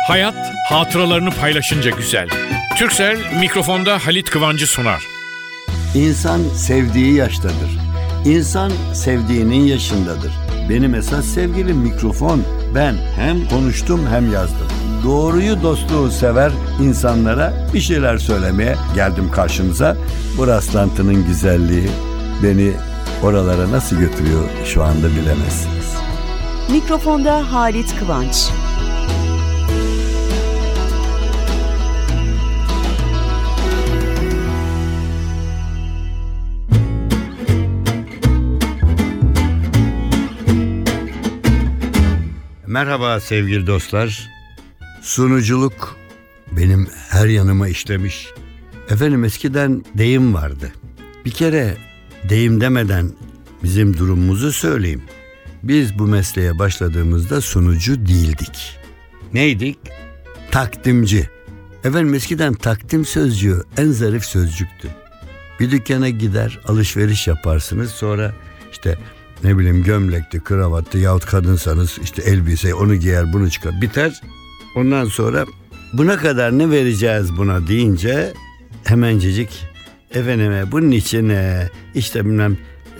Hayat hatıralarını paylaşınca güzel. Turkcell mikrofonda Halit Kıvancı sunar. İnsan sevdiği yaştadır. İnsan sevdiğinin yaşındadır. Benim esas sevgilim mikrofon. Ben hem konuştum hem yazdım. Doğruyu, dostluğu sever insanlara bir şeyler söylemeye geldim karşınıza. Bu rastlantının güzelliği beni oralara nasıl götürüyor şu anda bilemezsiniz. Mikrofonda Halit Kıvanç. Merhaba sevgili dostlar. Sunuculuk benim her yanıma işlemiş. Efendim eskiden deyim vardı. Bir kere deyim demeden bizim durumumuzu söyleyeyim. Biz bu mesleğe başladığımızda sunucu değildik. Neydik? Takdimci. Efendim eskiden takdim sözcüğü en zarif sözcüktü. Bir dükkana gider alışveriş yaparsınız, sonra işte ne bileyim gömlekti, kravattı yahut kadınsanız işte elbise, onu giyer bunu çıkar biter. Ondan sonra buna kadar ne vereceğiz buna deyince hemencecik efendime bunun için işte bilmem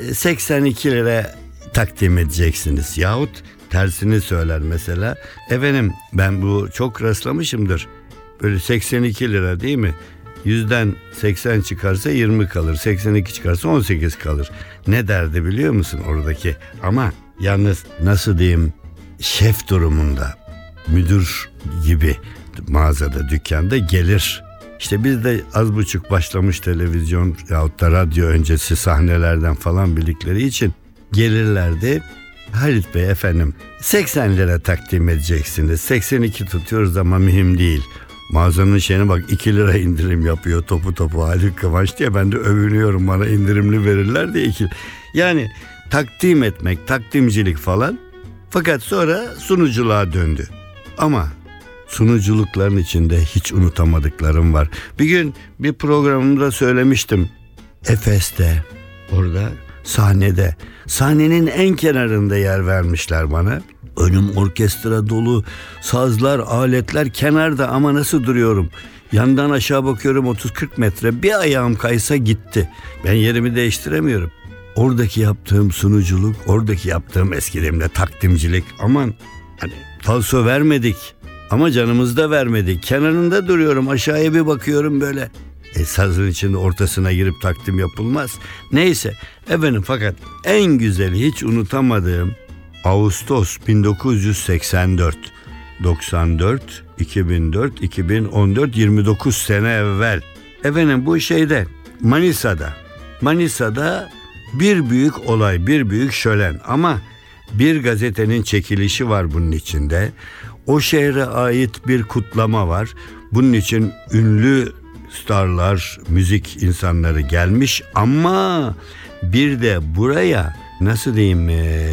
82 lira takdim edeceksiniz. Yahut tersini söyler mesela. Efendim ben bu çok rastlamışımdır. Böyle 82 lira değil mi? 100'den 80 çıkarsa 20 kalır. 82 çıkarsa 18 kalır. Ne derdi biliyor musun oradaki? Ama yalnız nasıl diyeyim, şef durumunda, müdür gibi mağazada, dükkanda gelir. İşte biz de az buçuk başlamış televizyon yahut da radyo öncesi sahnelerden falan bildikleri için gelirlerdi. Halit Bey efendim 80 lira takdim edeceksiniz. 82 tutuyoruz ama mühim değil. Mağazanın şeyine bak 2 lira indirim yapıyor topu Halit Kıvanç diye, ben de övünüyorum, bana indirimli verirler diye 2. Yani takdim etmek, takdimcilik falan. Fakat sonra sunuculuğa döndü. Ama sunuculukların içinde hiç unutamadıklarım var. Bir gün bir programımda söylemiştim. Efes'te, orada sahnede, sahnenin en kenarında yer vermişler bana. Önüm orkestra dolu, sazlar, aletler kenarda ama nasıl duruyorum? Yandan aşağı bakıyorum 30-40 metre, bir ayağım kaysa gitti. Ben yerimi değiştiremiyorum. Oradaki yaptığım sunuculuk, oradaki yaptığım eskilimle takdimcilik, aman hani falso vermedik ama canımızı da vermedik. Kenarında duruyorum, aşağıya bir bakıyorum böyle. Sazın içinde ortasına girip takdim yapılmaz. Neyse efendim, fakat en güzeli hiç unutamadığım Ağustos 1984, 94, 2004, 2014, 29 sene evvel. Efendim bu şeyde Manisa'da bir büyük olay, bir büyük şölen, ama bir gazetenin çekilişi var bunun içinde. O şehre ait bir kutlama var. Bunun için ünlü starlar, müzik insanları gelmiş ama bir de buraya nasıl diyeyim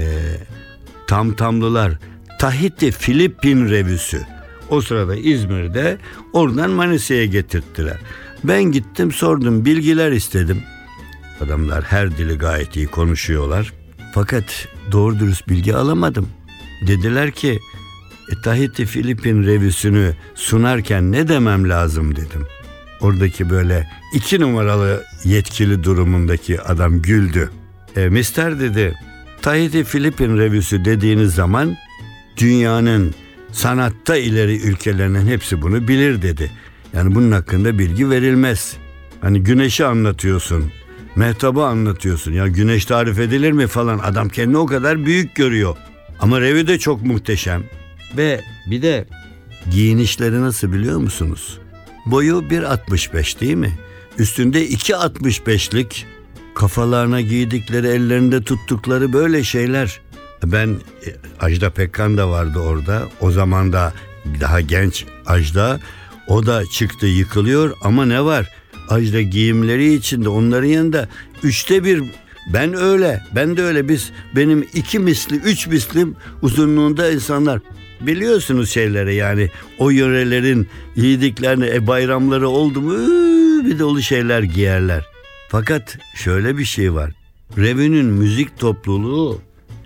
tamtamlılar, Tahiti Filipin revüsü o sırada İzmir'de, oradan Manisa'ya getirttiler. Ben gittim, sordum, bilgiler istedim. Adamlar her dili gayet iyi konuşuyorlar. Fakat doğru dürüst bilgi alamadım. Dediler ki Tahiti Filipin revüsünü sunarken ne demem lazım dedim. Oradaki böyle 2 numaralı yetkili durumundaki adam güldü. Mister dedi, Tahiti Filipin revüsü dediğiniz zaman dünyanın sanatta ileri ülkelerinin hepsi bunu bilir dedi. Yani bunun hakkında bilgi verilmez. Hani güneşi anlatıyorsun, mehtabı anlatıyorsun. Ya güneş tarif edilir mi falan, adam kendini o kadar büyük görüyor. Ama revü de çok muhteşem. Ve bir de giyinişleri nasıl biliyor musunuz? Boyu 1.65 değil mi? Üstünde 2.65'lik kafalarına giydikleri, ellerinde tuttukları böyle şeyler. Ben Ajda Pekkan da vardı orada. O zaman da daha genç Ajda. O da çıktı, yıkılıyor ama ne var? Ajda giyimleri içinde, onların yanında 1/3. Ben de öyle. Benim 2 misli 3 mislim uzunluğunda insanlar. Biliyorsunuz şeyleri, yani o yörelerin giydiklerini, bayramları oldu mu bir dolu şeyler giyerler. Fakat şöyle bir şey var. Revünün müzik topluluğu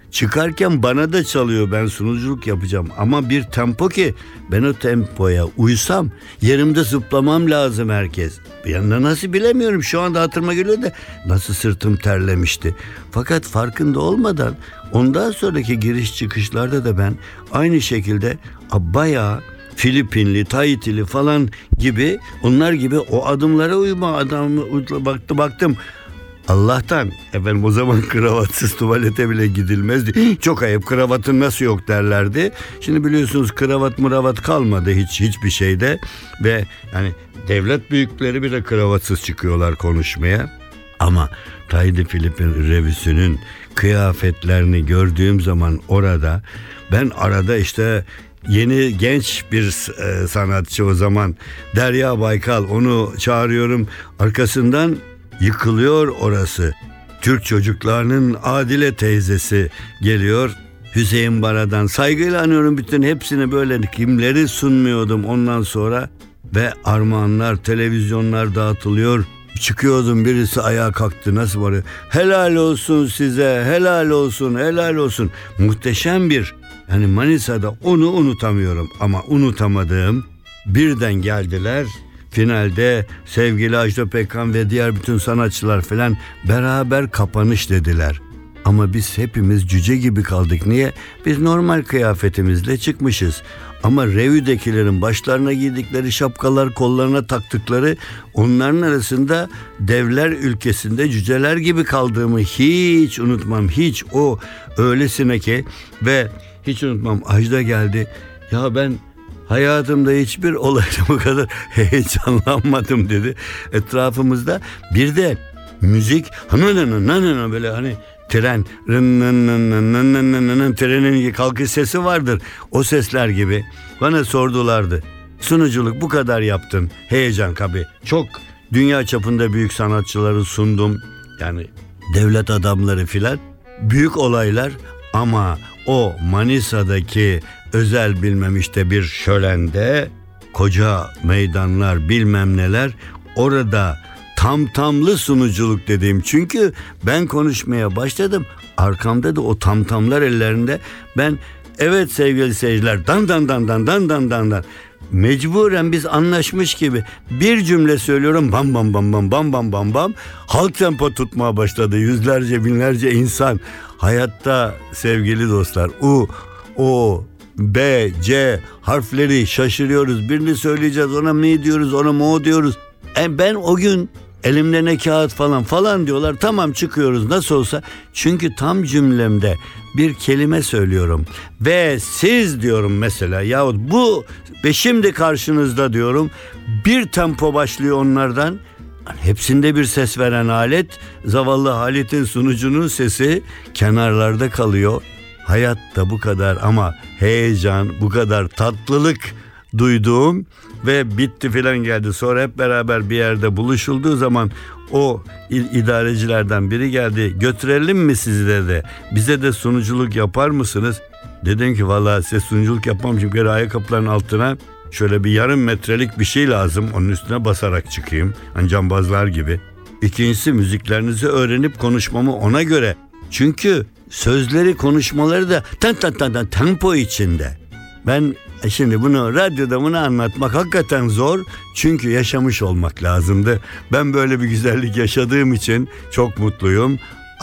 Çıkarken bana da çalıyor, ben sunuculuk yapacağım. Ama bir tempo ki ben o tempoya uysam yerimde zıplamam lazım herkes. Bir yandan nasıl bilemiyorum, şu anda hatırıma geliyor da nasıl sırtım terlemişti. Fakat farkında olmadan ondan sonraki giriş çıkışlarda da ben aynı şekilde bayağı Filipinli, Tahitili falan gibi, onlar gibi o adımlara baktım. Allah'tan efendim o zaman kravatsız tuvalete bile gidilmezdi. Çok ayıp, kravatın nasıl yok derlerdi. Şimdi biliyorsunuz kravat kalmadı hiçbir şeyde ve yani devlet büyükleri bile kravatsız çıkıyorlar konuşmaya. Ama Tahiti Filipin revüsünün kıyafetlerini gördüğüm zaman orada, ben arada işte yeni genç bir sanatçı o zaman Derya Baykal, onu çağırıyorum, arkasından yıkılıyor orası. Türk çocuklarının Adile teyzesi geliyor. Hüseyin Bara'dan saygıyla anıyorum bütün hepsini, böyle kimleri sunmuyordum ondan sonra ve armağanlar, televizyonlar dağıtılıyor. Çıkıyordum, birisi ayağa kalktı, nasıl var? Helal olsun size, helal olsun. Muhteşem bir, yani Manisa'da onu unutamıyorum ama unutamadığım, birden geldiler. Finalde sevgili Ajda Pekkan ve diğer bütün sanatçılar falan beraber kapanış dediler. Ama biz hepimiz cüce gibi kaldık. Niye? Biz normal kıyafetimizle çıkmışız. Ama revüdekilerin başlarına giydikleri şapkalar, kollarına taktıkları, onların arasında devler ülkesinde cüceler gibi kaldığımı hiç unutmam. Hiç, o öylesine ki, ve hiç unutmam, Ajda geldi. Ya ben hayatımda hiçbir olayda bu kadar heyecanlanmadım dedi. Etrafımızda bir de müzik böyle hani tren, trenin kalkış sesi vardır. O sesler gibi bana sordulardı. Sunuculuk bu kadar yaptın. Heyecan tabii. Çok dünya çapında büyük sanatçıları sundum. Yani devlet adamları filan. Büyük olaylar ama o Manisa'daki özel bilmem işte bir şölende, koca meydanlar bilmem neler, orada tamtamlı sunuculuk dediğim. Çünkü ben konuşmaya başladım. Arkamda da o tamtamlar ellerinde. Ben evet sevgili seyirciler, dan. Mecburen biz anlaşmış gibi bir cümle söylüyorum, bam. Halk tempo tutmaya başladı. Yüzlerce, binlerce insan. Hayatta sevgili dostlar, O, B, C harfleri şaşırıyoruz. Birini söyleyeceğiz, ona mi diyoruz, ona mo diyoruz. Ben o gün elimde ne kağıt falan diyorlar. Tamam, çıkıyoruz nasıl olsa. Çünkü tam cümlemde bir kelime söylüyorum. Ve siz diyorum mesela, yahut bu ve şimdi karşınızda diyorum. Bir tempo başlıyor onlardan. Hepsinde bir ses veren alet. Zavallı Halit'in, sunucunun sesi kenarlarda kalıyor. Hayatta bu kadar ama heyecan, bu kadar tatlılık duyduğum ve bitti filan geldi. Sonra hep beraber bir yerde buluşulduğu zaman o idarecilerden biri geldi. Götürelim mi sizi dedi. Bize de sunuculuk yapar mısınız? Dedim ki vallahi size sunuculuk yapmam, çünkü ayakkabıların altına şöyle bir yarım metrelik bir şey lazım. Onun üstüne basarak çıkayım. Hani cambazlar gibi. İkincisi, müziklerinizi öğrenip konuşmamı ona göre. Çünkü sözleri, konuşmaları da tempo içinde. Ben şimdi bunu radyoda bunu anlatmak hakikaten zor. Çünkü yaşamış olmak lazımdı. Ben böyle bir güzellik yaşadığım için çok mutluyum.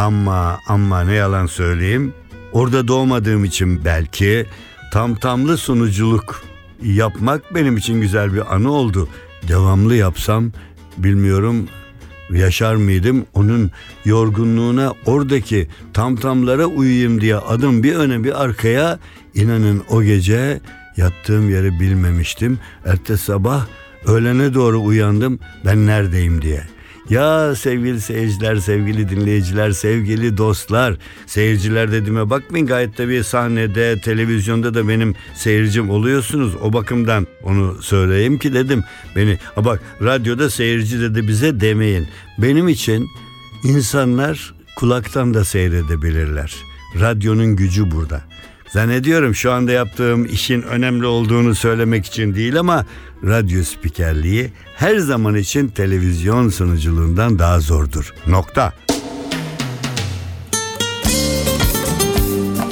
Ama ne yalan söyleyeyim, orada doğmadığım için belki tamtamlı sunuculuk yapmak benim için güzel bir anı oldu. Devamlı yapsam bilmiyorum yaşar mıydım? Onun yorgunluğuna, oradaki tamtamlara uyuyayım diye adım bir öne bir arkaya, inanın o gece yattığım yeri bilmemiştim. Ertesi sabah öğlene doğru uyandım, ben neredeyim diye. Ya sevgili seyirciler, sevgili dinleyiciler, sevgili dostlar, seyirciler dediğime bakmayın, gayet tabii sahnede, televizyonda da benim seyircim oluyorsunuz. O bakımdan onu söyleyeyim ki dedim, beni bak radyoda seyirci dedi bize demeyin. Benim için insanlar kulaktan da seyredebilirler. Radyonun gücü burada. Zannediyorum şu anda yaptığım işin önemli olduğunu söylemek için değil ama radyo spikerliği her zaman için televizyon sunuculuğundan daha zordur. Nokta.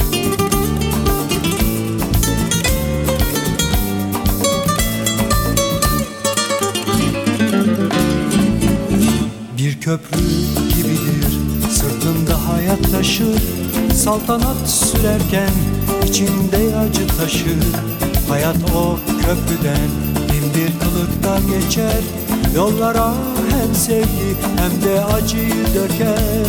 köprü gibidir, sırtında hayat taşır. Saltanat sürerken içinde acı taşır. Hayat o köprüden bin bir kılıkta geçer. Yollara hem sevgi hem de acıyı döker.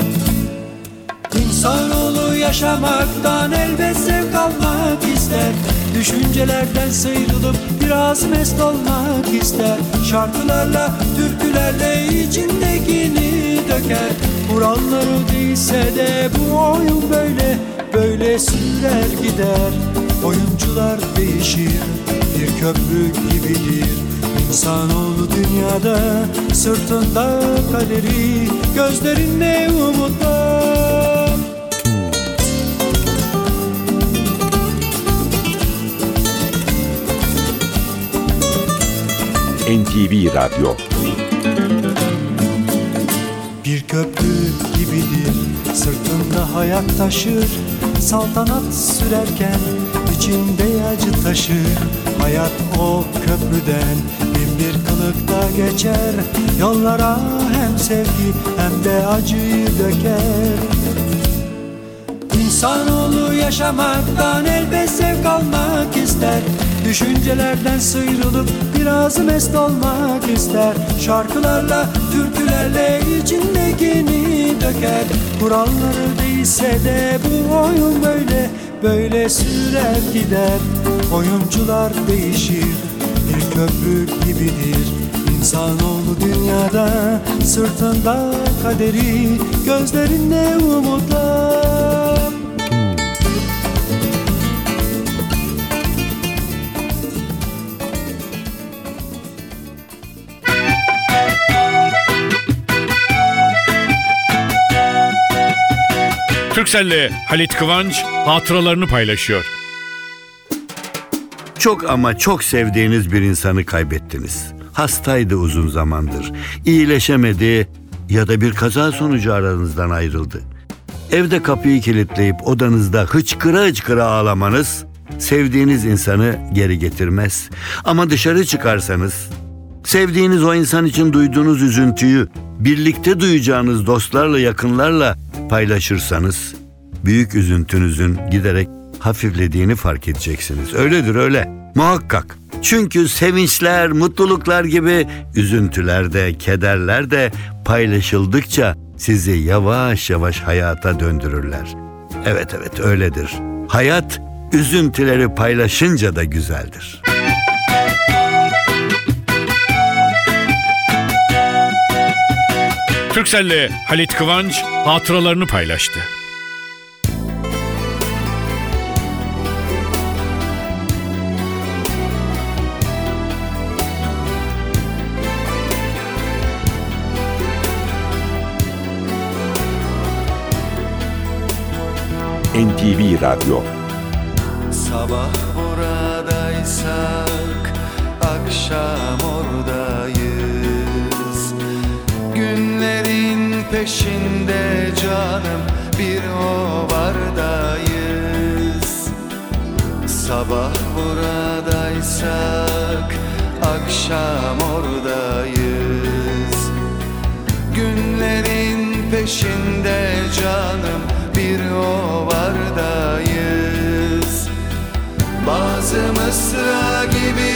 İnsanoğlu yaşamaktan elbet zevk almak ister. Düşüncelerden sıyrılıp biraz mest olmak ister. Şarkılarla, türkülerle içindekini döker. Kuralları değilse de bu oyun böyle sürer gider. Oyuncular değişir, bir köprü gibidir. İnsanoğlu dünyada, sırtında kaderi, gözlerinde umutlar. NTV Radyo. Bir köprü gibidir, sırtında hayat taşır. Saltanat sürerken içinde acı taşır. Hayat o köprüden bin bir kılıkta geçer. Yollara hem sevgi hem de acıyı döker. İnsanoğlu yaşamaktan elbet zevk almak ister. Düşüncelerden sıyrılıp biraz mest olmak ister. Şarkılarla, türkülerle içindekini döker. Kuralları değilse de bu oyun böyle sürer gider. Oyuncular değişir, bir köprü gibidir. İnsanoğlu dünyada, sırtında kaderi, gözlerinde umutlar. Turkcell'le Halit Kıvanç hatıralarını paylaşıyor. Çok ama çok sevdiğiniz bir insanı kaybettiniz. Hastaydı uzun zamandır. İyileşemedi ya da bir kaza sonucu aranızdan ayrıldı. Evde kapıyı kilitleyip odanızda hıçkıra hıçkıra ağlamanız sevdiğiniz insanı geri getirmez. Ama dışarı çıkarsanız, sevdiğiniz o insan için duyduğunuz üzüntüyü birlikte duyacağınız dostlarla, yakınlarla paylaşırsanız büyük üzüntünüzün giderek hafiflediğini fark edeceksiniz. Öyledir, öyle. Muhakkak. Çünkü sevinçler, mutluluklar gibi üzüntüler de, kederler de paylaşıldıkça sizi yavaş yavaş hayata döndürürler. Evet, öyledir. Hayat üzüntüleri paylaşınca da güzeldir. Turkcell'le Halit Kıvanç hatıralarını paylaştı. NTV Radyo. Sabah buradaysak akşam oradayız. Günlerin peşinde canım bir ovardayız. Sabah buradaysak akşam oradayız. Günlerin peşinde canım bir ovardayız. Bazı mısra gibi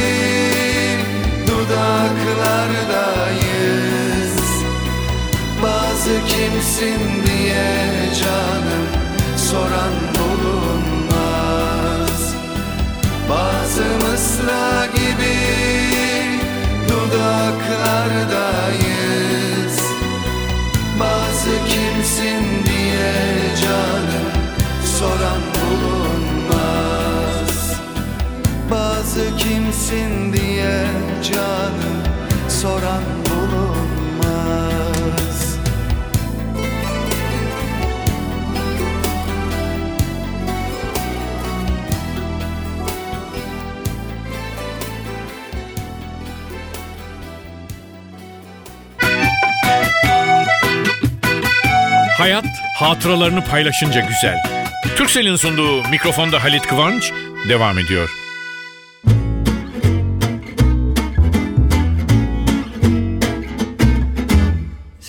dudaklardayız. Bazı kimsin diye canım soran bulunmaz. Bazı mısra gibi dudaklardayız. Bazı kimsin diye canım soran bulunmaz. Bazı kimsin diye canım soran bulunmaz. Hayat hatıralarını paylaşınca güzel. Turkcell'in sunduğu Mikrofonda Halit Kıvanç devam ediyor.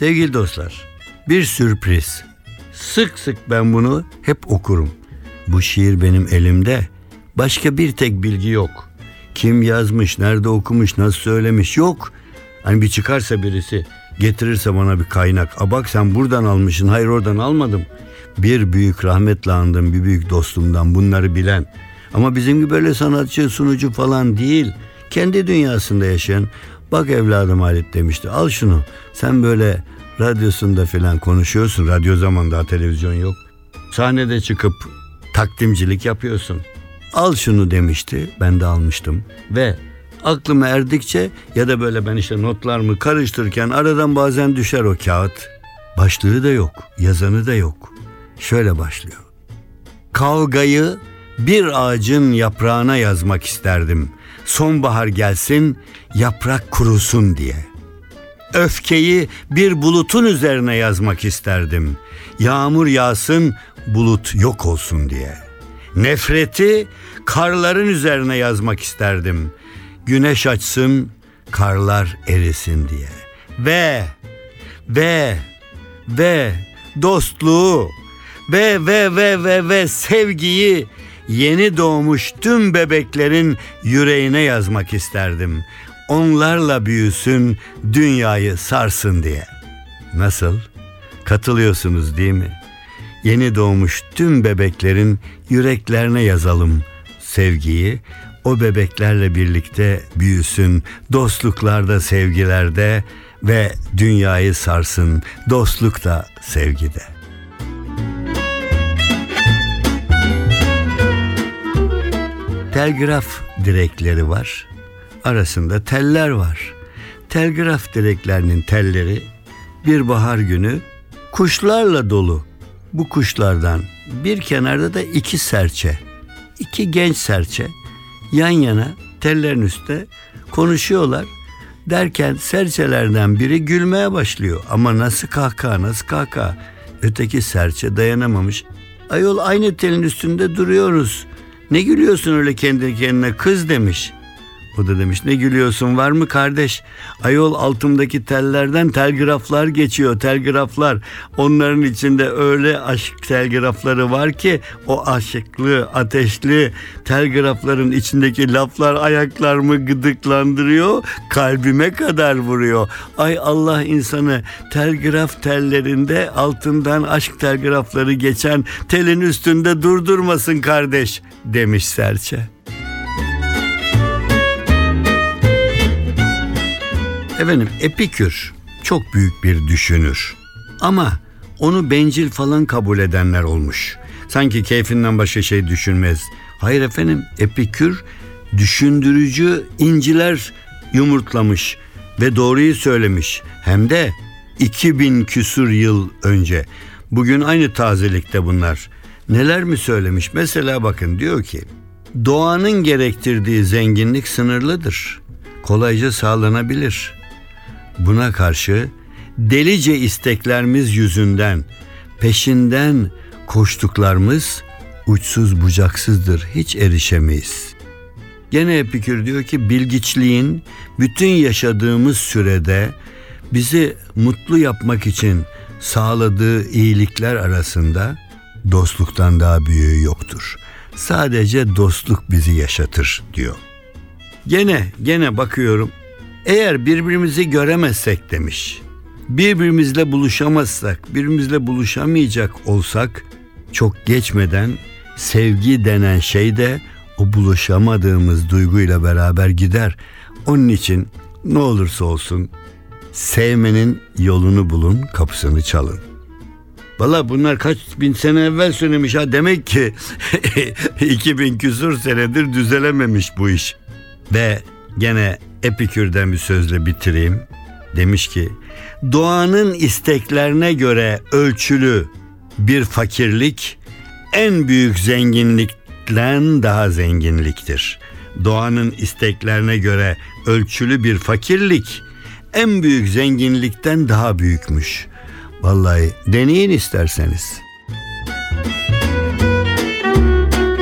Sevgili dostlar, bir sürpriz. Sık sık ben bunu hep okurum. Bu şiir benim elimde. Başka bir tek bilgi yok. Kim yazmış, nerede okumuş, nasıl söylemiş yok. Hani bir çıkarsa birisi getirirse bana bir kaynak. Bak sen buradan almışsın, hayır oradan almadım. Bir büyük rahmetle andım, bir büyük dostumdan bunları bilen. Ama bizim gibi böyle sanatçı, sunucu falan değil. Kendi dünyasında yaşayan. Bak evladım Halit demişti, al şunu. Sen böyle radyosunda falan konuşuyorsun. Radyo zaman daha televizyon yok. Sahnede çıkıp takdimcilik yapıyorsun. Al şunu demişti. Ben de almıştım. Ve aklıma erdikçe ya da böyle ben işte notlarımı karıştırırken aradan bazen düşer o kağıt. Başlığı da yok, yazanı da yok. Şöyle başlıyor. Kavgayı bir ağacın yaprağına yazmak isterdim. Sonbahar gelsin, yaprak kurusun diye. Öfkeyi bir bulutun üzerine yazmak isterdim. Yağmur yağsın, bulut yok olsun diye. Nefreti karların üzerine yazmak isterdim. Güneş açsın, karlar erisin diye. Ve dostluğu ve sevgiyi yeni doğmuş tüm bebeklerin yüreğine yazmak isterdim. Onlarla büyüsün, dünyayı sarsın diye. Nasıl? Katılıyorsunuz değil mi? Yeni doğmuş tüm bebeklerin yüreklerine yazalım sevgiyi. O bebeklerle birlikte büyüsün, dostluklarda, sevgilerde ve dünyayı sarsın, dostlukta, sevgide. Telgraf direkleri var. Arasında teller var. Telgraf direklerinin telleri bir bahar günü kuşlarla dolu. Bu kuşlardan bir kenarda da iki serçe, iki genç serçe yan yana tellerin üstte konuşuyorlar. Derken serçelerden biri gülmeye başlıyor. Ama nasıl kahkaha. Öteki serçe dayanamamış. Ayol aynı telin üstünde duruyoruz. Ne gülüyorsun öyle kendi kendine kız demiş. O da demiş ne gülüyorsun var mı kardeş? Ayol altımdaki tellerden telgraflar geçiyor, telgraflar. Onların içinde öyle aşk telgrafları var ki o aşıklı, ateşli telgrafların içindeki laflar ayaklarımı gıdıklandırıyor, kalbime kadar vuruyor. Ay Allah insanı telgraf tellerinde altından aşk telgrafları geçen telin üstünde durdurmasın kardeş demiş serçe. Efendim Epikür çok büyük bir düşünür ama onu bencil falan kabul edenler olmuş. Sanki keyfinden başka şey düşünmez. Hayır efendim Epikür düşündürücü inciler yumurtlamış ve doğruyu söylemiş. Hem de 2000 küsur yıl önce. Bugün aynı tazelikte bunlar. Neler mi söylemiş? Mesela bakın diyor ki doğanın gerektirdiği zenginlik sınırlıdır. Kolayca sağlanabilir. Buna karşı delice isteklerimiz yüzünden peşinden koştuklarımız uçsuz bucaksızdır, hiç erişemeyiz. Gene Epikür diyor ki bilgiçliğin bütün yaşadığımız sürede bizi mutlu yapmak için sağladığı iyilikler arasında dostluktan daha büyüğü yoktur. Sadece dostluk bizi yaşatır diyor. Gene bakıyorum. Eğer birbirimizi göremezsek demiş, birbirimizle buluşamazsak, birbirimizle buluşamayacak olsak çok geçmeden sevgi denen şey de o buluşamadığımız duyguyla beraber gider. Onun için ne olursa olsun sevmenin yolunu bulun, kapısını çalın. Valla bunlar kaç bin sene evvel söylemiş ha, demek ki 2000 küsur senedir düzelememiş bu iş. Ve gene Epikür'den bir sözle bitireyim. Demiş ki doğanın isteklerine göre ölçülü bir fakirlik en büyük zenginlikten daha zenginliktir. Doğanın isteklerine göre ölçülü bir fakirlik en büyük zenginlikten daha büyükmüş. Vallahi deneyin isterseniz.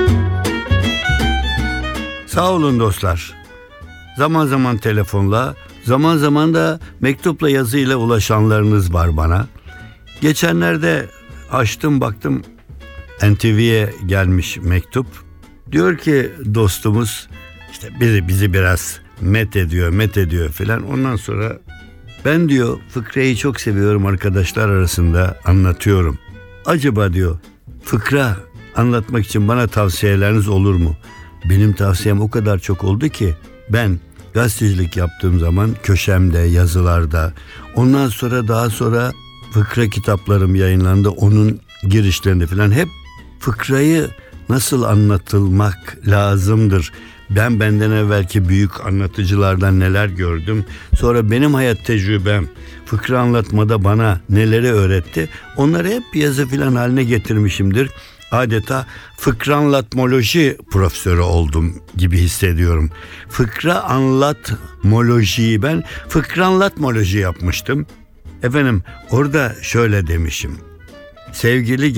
Sağ olun dostlar. Zaman zaman telefonla, Zaman zaman da mektupla yazıyla ulaşanlarınız var bana. Geçenlerde açtım baktım, NTV'ye gelmiş mektup. Diyor ki dostumuz, işte bizi biraz met ediyor filan. Ondan sonra ben diyor fıkrayı çok seviyorum, arkadaşlar arasında anlatıyorum. Acaba diyor fıkra anlatmak için bana tavsiyeleriniz olur mu? Benim tavsiyem o kadar çok oldu ki ben gazetecilik yaptığım zaman köşemde, yazılarda, ondan sonra daha sonra fıkra kitaplarım yayınlandı. Onun girişlerinde falan hep fıkrayı nasıl anlatılmak lazımdır. Ben benden evvelki büyük anlatıcılardan neler gördüm. Sonra benim hayat tecrübem fıkra anlatmada bana neleri öğretti. Onları hep yazı filan haline getirmişimdir. Adeta fıkranlatmoloji profesörü oldum gibi hissediyorum. Fıkra anlatmolojiyi ben fıkranlatmoloji yapmıştım. Efendim orada şöyle demişim. Sevgili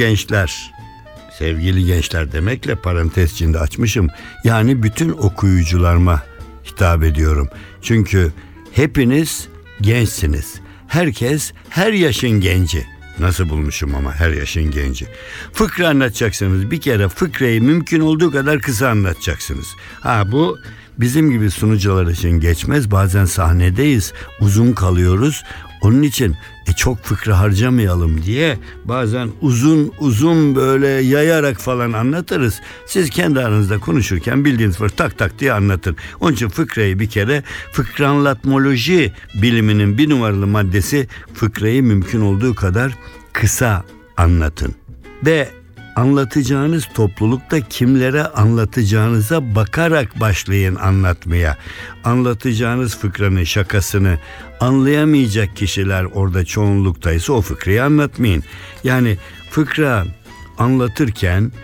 gençler demekle parantez içinde açmışım. Yani bütün okuyucularıma hitap ediyorum. Çünkü hepiniz gençsiniz. Herkes her yaşın genci. Nasıl bulmuşum ama her yaşın genci. Fıkra anlatacaksınız. Bir kere fıkrayı mümkün olduğu kadar kısa anlatacaksınız. Bu bizim gibi sunucular için geçmez. Bazen sahnedeyiz, uzun kalıyoruz. Onun için çok fıkra harcamayalım diye bazen uzun böyle yayarak falan anlatırız. Siz kendi aranızda konuşurken bildiğiniz var tak tak diye anlatın. Onun için fıkrayı bir kere fıkranlatmoloji biliminin bir numaralı maddesi fıkrayı mümkün olduğu kadar kısa anlatın. Ve anlatacağınız toplulukta kimlere anlatacağınıza bakarak başlayın anlatmaya. Anlatacağınız fıkranın şakasını anlayamayacak kişiler orada çoğunluktaysa o fıkrayı anlatmayın. Yani fıkra anlatırken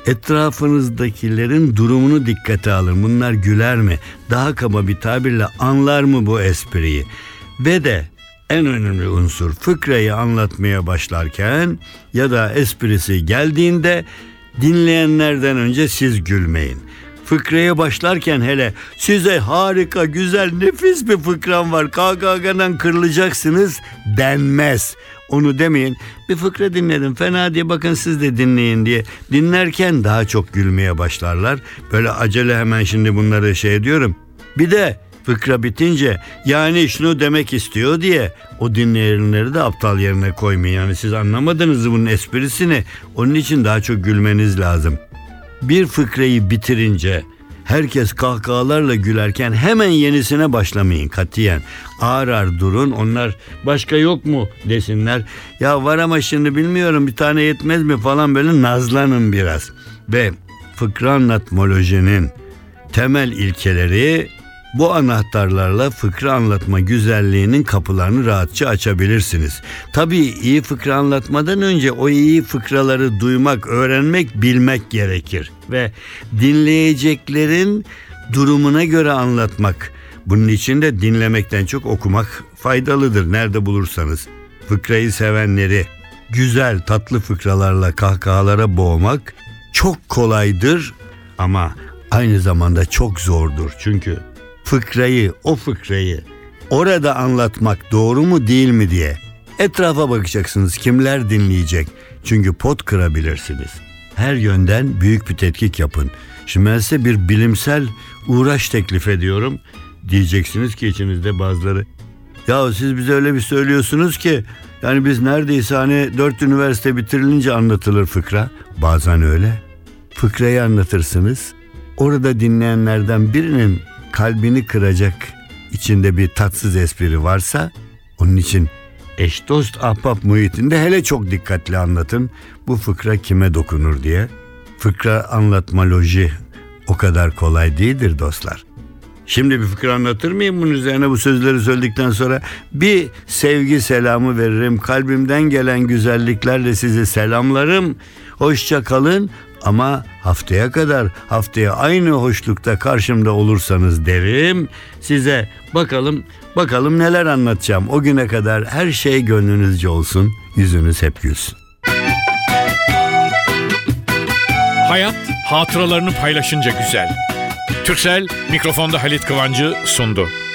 etrafınızdakilerin durumunu dikkate alın. Bunlar güler mi? Daha kaba bir tabirle anlar mı bu espriyi? Ve de en önemli unsur, fıkrayı anlatmaya başlarken ya da esprisi geldiğinde dinleyenlerden önce siz gülmeyin. Fıkraya başlarken hele size harika, güzel, nefis bir fıkram var, kahkahadan kırılacaksınız denmez. Onu demeyin. Bir fıkra dinledim fena diye, bakın siz de dinleyin diye. Dinlerken daha çok gülmeye başlarlar. Böyle acele hemen şimdi bunları diyorum. Bir de fıkra bitince yani şunu demek istiyor diye o dinleyenleri de aptal yerine koymayın. Yani siz anlamadınız bunun esprisini. Onun için daha çok gülmeniz lazım. Bir fıkrayı bitirince herkes kahkahalarla gülerken hemen yenisine başlamayın katiyen. Ağır durun, onlar başka yok mu desinler. Ya var ama şimdi bilmiyorum, bir tane yetmez mi falan, böyle nazlanın biraz. Ve fıkra anlatmolojinin temel ilkeleri, bu anahtarlarla fıkra anlatma güzelliğinin kapılarını rahatça açabilirsiniz. Tabii iyi fıkra anlatmadan önce o iyi fıkraları duymak, öğrenmek, bilmek gerekir. Ve dinleyeceklerin durumuna göre anlatmak. Bunun için de dinlemekten çok okumak faydalıdır nerede bulursanız. Fıkrayı sevenleri güzel, tatlı fıkralarla kahkahalara boğmak çok kolaydır ama aynı zamanda çok zordur. Çünkü o fıkrayı orada anlatmak doğru mu değil mi diye etrafa bakacaksınız, kimler dinleyecek. Çünkü pot kırabilirsiniz. Her yönden büyük bir tetkik yapın. Şimdi ben size bir bilimsel uğraş teklif ediyorum. Diyeceksiniz ki içinizde bazıları, ya siz bize öyle bir söylüyorsunuz ki yani biz neredeyse 4 üniversite bitirilince anlatılır fıkra. Bazen öyle. Fıkrayı anlatırsınız. Orada dinleyenlerden birinin kalbini kıracak içinde bir tatsız espri varsa, onun için eş dost ahbap muhitinde hele çok dikkatli anlatın. Bu fıkra kime dokunur diye. Fıkra anlatmoloji o kadar kolay değildir dostlar. Şimdi bir fıkra anlatır mıyım bunun üzerine, bu sözleri söyledikten sonra bir sevgi selamı veririm. Kalbimden gelen güzelliklerle sizi selamlarım. Hoşça kalın. Ama haftaya aynı hoşlukta karşımda olursanız derim. Size bakalım neler anlatacağım. O güne kadar her şey gönlünüzce olsun. Yüzünüz hep gülsün. Hayat hatıralarını paylaşınca güzel. Türksel mikrofonda Halit Kıvancı sundu.